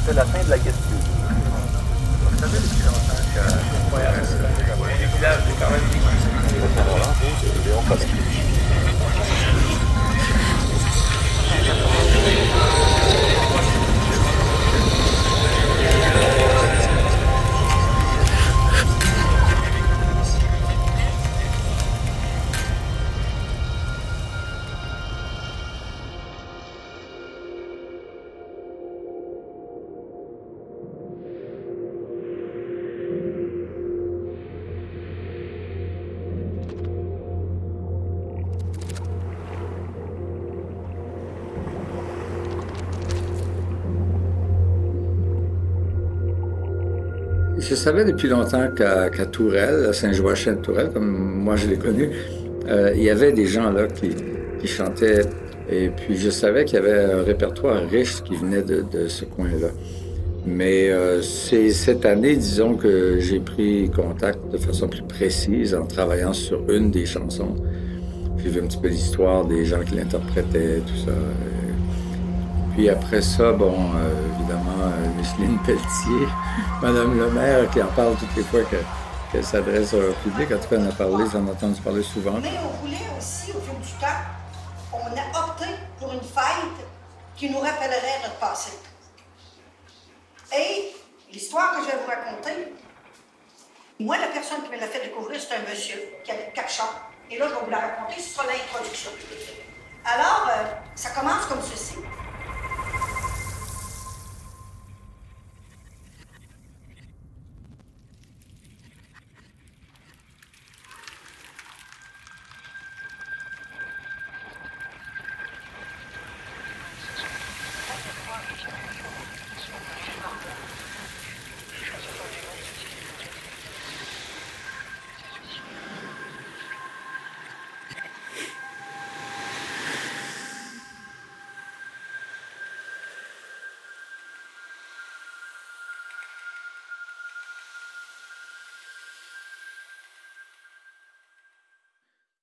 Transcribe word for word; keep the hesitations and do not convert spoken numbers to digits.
C'était la fin de la Gaspésie. Vous savez depuis longtemps que les villages, c'est quand même des Léon Cossé. Je savais depuis longtemps qu'à qu'à Tourelle, à Saint-Joachim-de-Tourelle, comme moi je l'ai connu, euh, il y avait des gens là qui, qui chantaient. Et puis je savais qu'il y avait un répertoire riche qui venait de, de ce coin-là. Mais euh, c'est cette année, disons, que j'ai pris contact de façon plus précise en travaillant sur une des chansons. J'ai vu un petit peu l'histoire des gens qui l'interprétaient, tout ça. Puis après ça, bon, euh, évidemment, euh, Micheline Pelletier, Madame le maire, qui en parle toutes les fois que, qu'elle s'adresse au public. En tout cas, elle en a parlé, j'en ai entendu parler souvent. Mais on voulait aussi, au fil du temps, on a opté pour une fête qui nous rappellerait notre passé. Et l'histoire que je vais vous raconter, moi, la personne qui me l'a fait découvrir, c'est un monsieur qui avait quatre chants. Et là, je vais vous la raconter, ce sera l'introduction. Alors, euh, ça commence comme ceci.